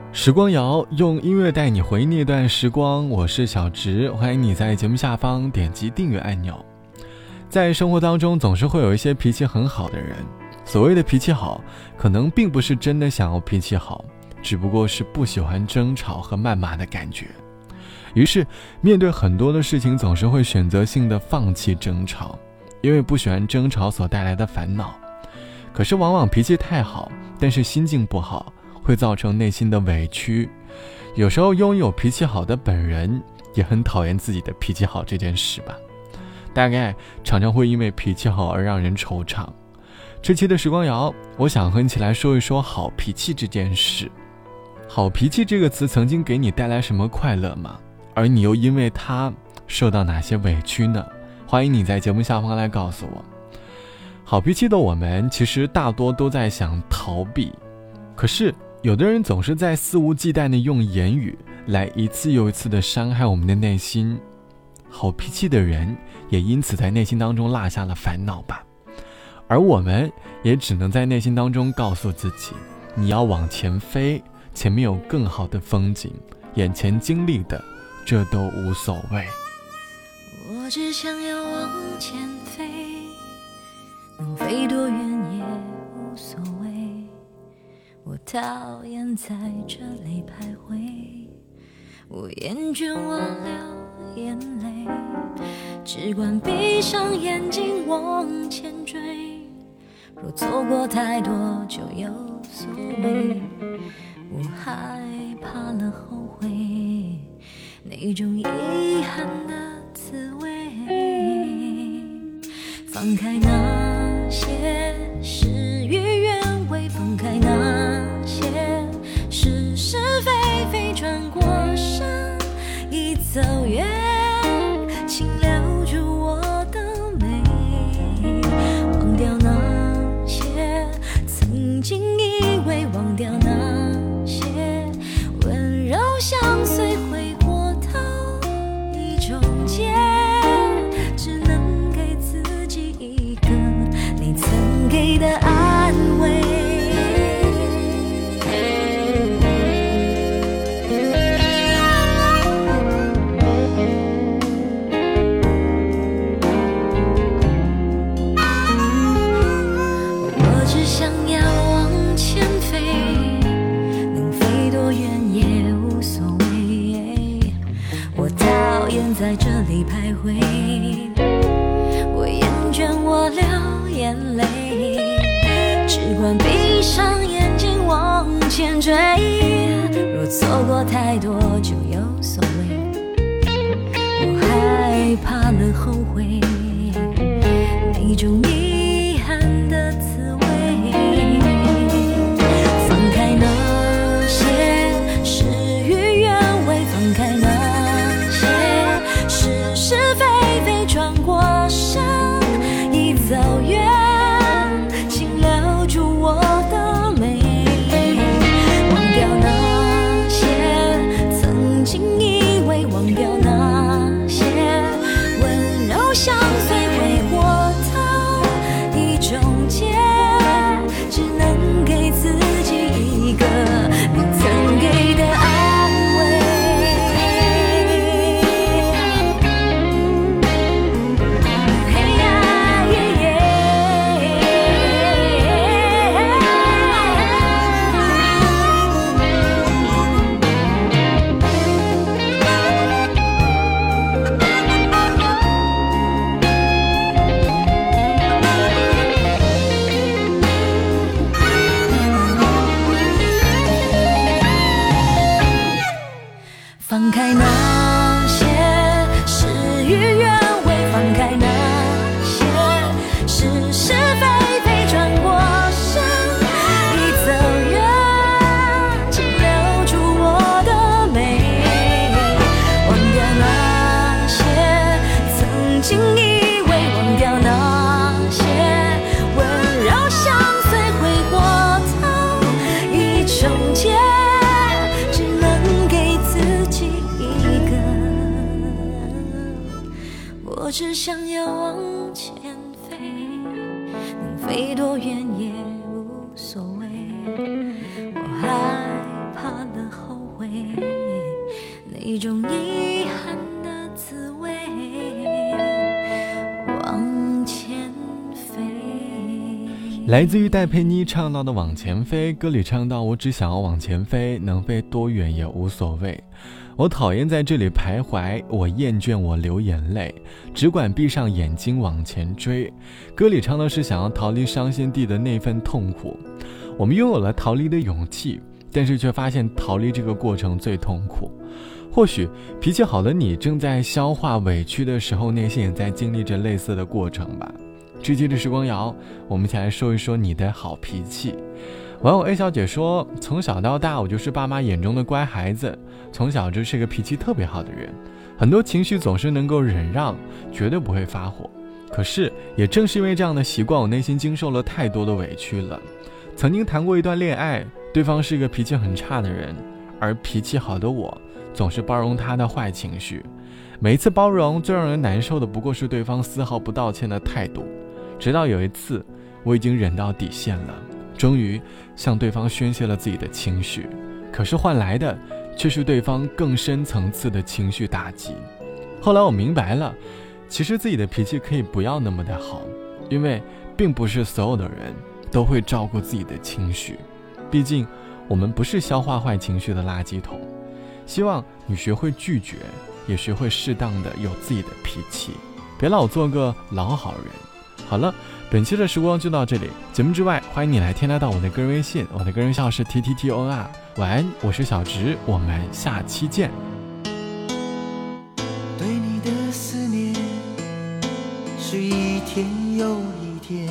时光谣用音乐带你回忆那段时光，我是小植，欢迎你在节目下方点击订阅按钮。在生活当中总是会有一些脾气很好的人，所谓的脾气好，可能并不是真的想要脾气好，只不过是不喜欢争吵和谩骂的感觉。于是面对很多的事情总是会选择性的放弃争吵，因为不喜欢争吵所带来的烦恼。可是往往脾气太好，但是心境不好，会造成内心的委屈。有时候拥有脾气好的本人也很讨厌自己的脾气好这件事吧，大概常常会因为脾气好而让人惆怅。这期的时光谣，我想和你一起来说一说好脾气这件事。好脾气这个词曾经给你带来什么快乐吗？而你又因为它受到哪些委屈呢？欢迎你在节目下方来告诉我。好脾气的我们其实大多都在想逃避，可是有的人总是在肆无忌惮地用言语来一次又一次地伤害我们的内心。好脾气的人也因此在内心当中落下了烦恼吧，而我们也只能在内心当中告诉自己，你要往前飞，前面有更好的风景，眼前经历的这都无所谓。 我只想要往前飞，能飞多远也无所谓，我讨厌在这里徘徊，我厌倦我流眼泪，只管闭上眼睛往前追，若错过太多就有所谓，我害怕了后悔，那种遗憾的滋味，放开那些事与愿违，放开那些是是非非，转过身一走远，请留住我的美，忘掉那些曾经以为，忘掉那些温柔相随，回过头一种结，只能给自己一个你曾给的安慰。我只想要往前飞，能飞多远也无所谓，我讨厌在这里徘徊，我厌倦我流眼泪，只管闭上眼睛往前追，若错过太多就有所谓，我害怕了后悔，那种遗憾的滋味，放开那些事与愿违，放开那些是是非非，转过身一走远，请留住我的美，忘掉那些曾经以为，忘掉那些温柔相随，回过头一种结，只能给自己一个你曾给的安慰。嘿呀耶耶，放开那些事与愿违，放开那些是是非非，转过身一走远，请留住我的美，忘掉那些曾经以为，忘掉那些温柔相随，回过头一种结，只能给自己一个，我只想要往前飞，能飞多远也无所谓，我害怕了后一种遗憾的滋味，往前飞。 来自于戴佩妮唱到的往前飞，歌里唱到我只想要往前飞，能飞多远也无所谓。我讨厌在这里徘徊，我厌倦我流眼泪，只管闭上眼睛往前追。歌里唱的是想要逃离伤心地的那份痛苦。我们拥有了逃离的勇气，但是却发现逃离这个过程最痛苦。或许脾气好的你正在消化委屈的时候，内心也在经历着类似的过程吧。这期的时光谣，我们一起来说一说你的好脾气。网友 A 小姐说，从小到大我就是爸妈眼中的乖孩子，从小就是个脾气特别好的人，很多情绪总是能够忍让，绝对不会发火。可是也正是因为这样的习惯，我内心经受了太多的委屈了。曾经谈过一段恋爱，对方是一个脾气很差的人，而脾气好的我总是包容他的坏情绪。每一次包容，最让人难受的不过是对方丝毫不道歉的态度。直到有一次，我已经忍到底线了，终于向对方宣泄了自己的情绪，可是换来的却是对方更深层次的情绪打击。后来我明白了，其实自己的脾气可以不要那么的好，因为并不是所有的人都会照顾自己的情绪，毕竟我们不是消化坏情绪的垃圾桶。希望你学会拒绝，也学会适当的有自己的脾气，别老做个老好人。好了，本期的时光就到这里。节目之外，欢迎你来添加到我的个人微信，我的个人号是 TTTOR。晚安，我是小直，我们下期见。 对你的思念是一天又一天，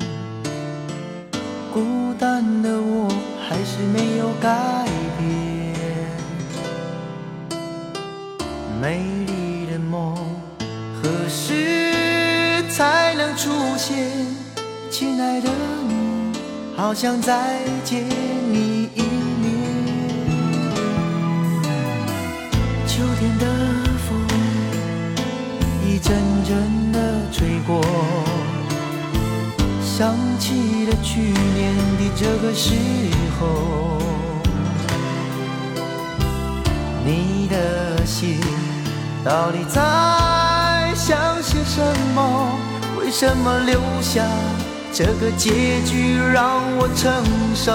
孤单的我还是没有改变。美丽的梦何时才能出现？亲爱的你，好想再见你一面。秋天的风一阵阵的吹过，想起了去年的这个时候，你的心到底在想些什么？为什么留下这个结局让我承受？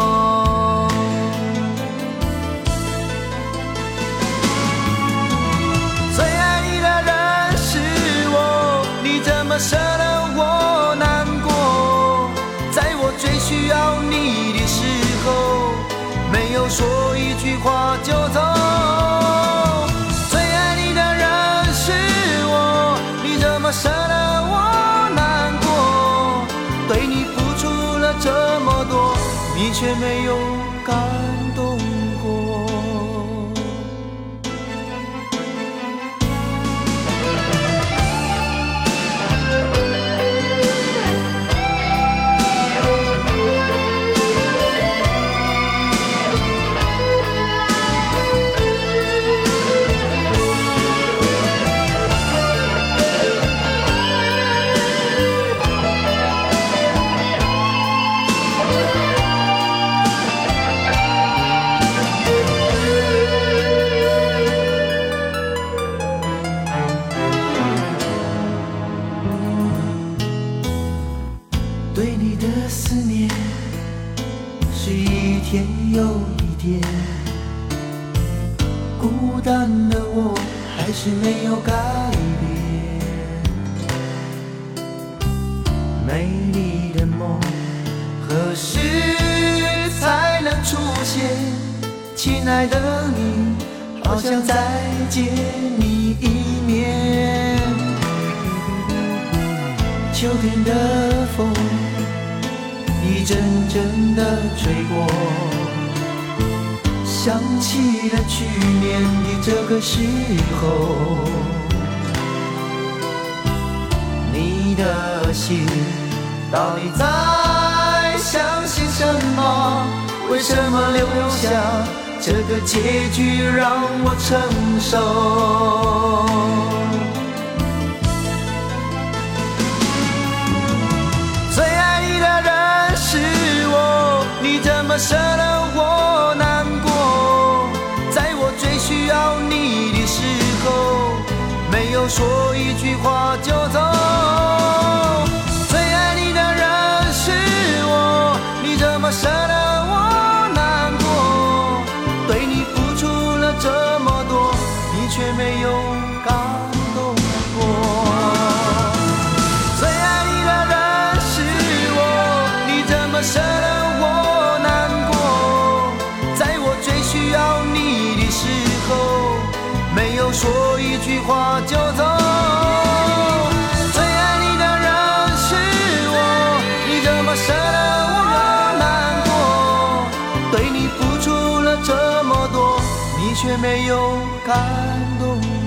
最爱你的人是我，你怎么舍得我难过？在我最需要你的时候，没有说一句话就走。最爱你的人是我，你怎么舍得我难过？对你付出了这么多，你却没有感动过。对你的思念是一天又一天，孤单的我还是没有改变。美丽的梦何时才能出现？亲爱的你，好想再见你一面。秋天的风一阵阵的吹过，想起了去年的这个时候，你的心到底在想些什么？为什么留下这个结局让我承受？最爱你的人是我，你怎么舍得我难过？在我最需要你有说一句话就走。最爱你的人是我，你怎么舍得我难过？对你付出了这么多，你却没有感动过。最爱你的人是我，你怎么舍得我难过？在我最需要你的时候，没有说一句话就走。最爱你的人是我，你怎么舍得我难过？对你付出了这么多，你却没有感动。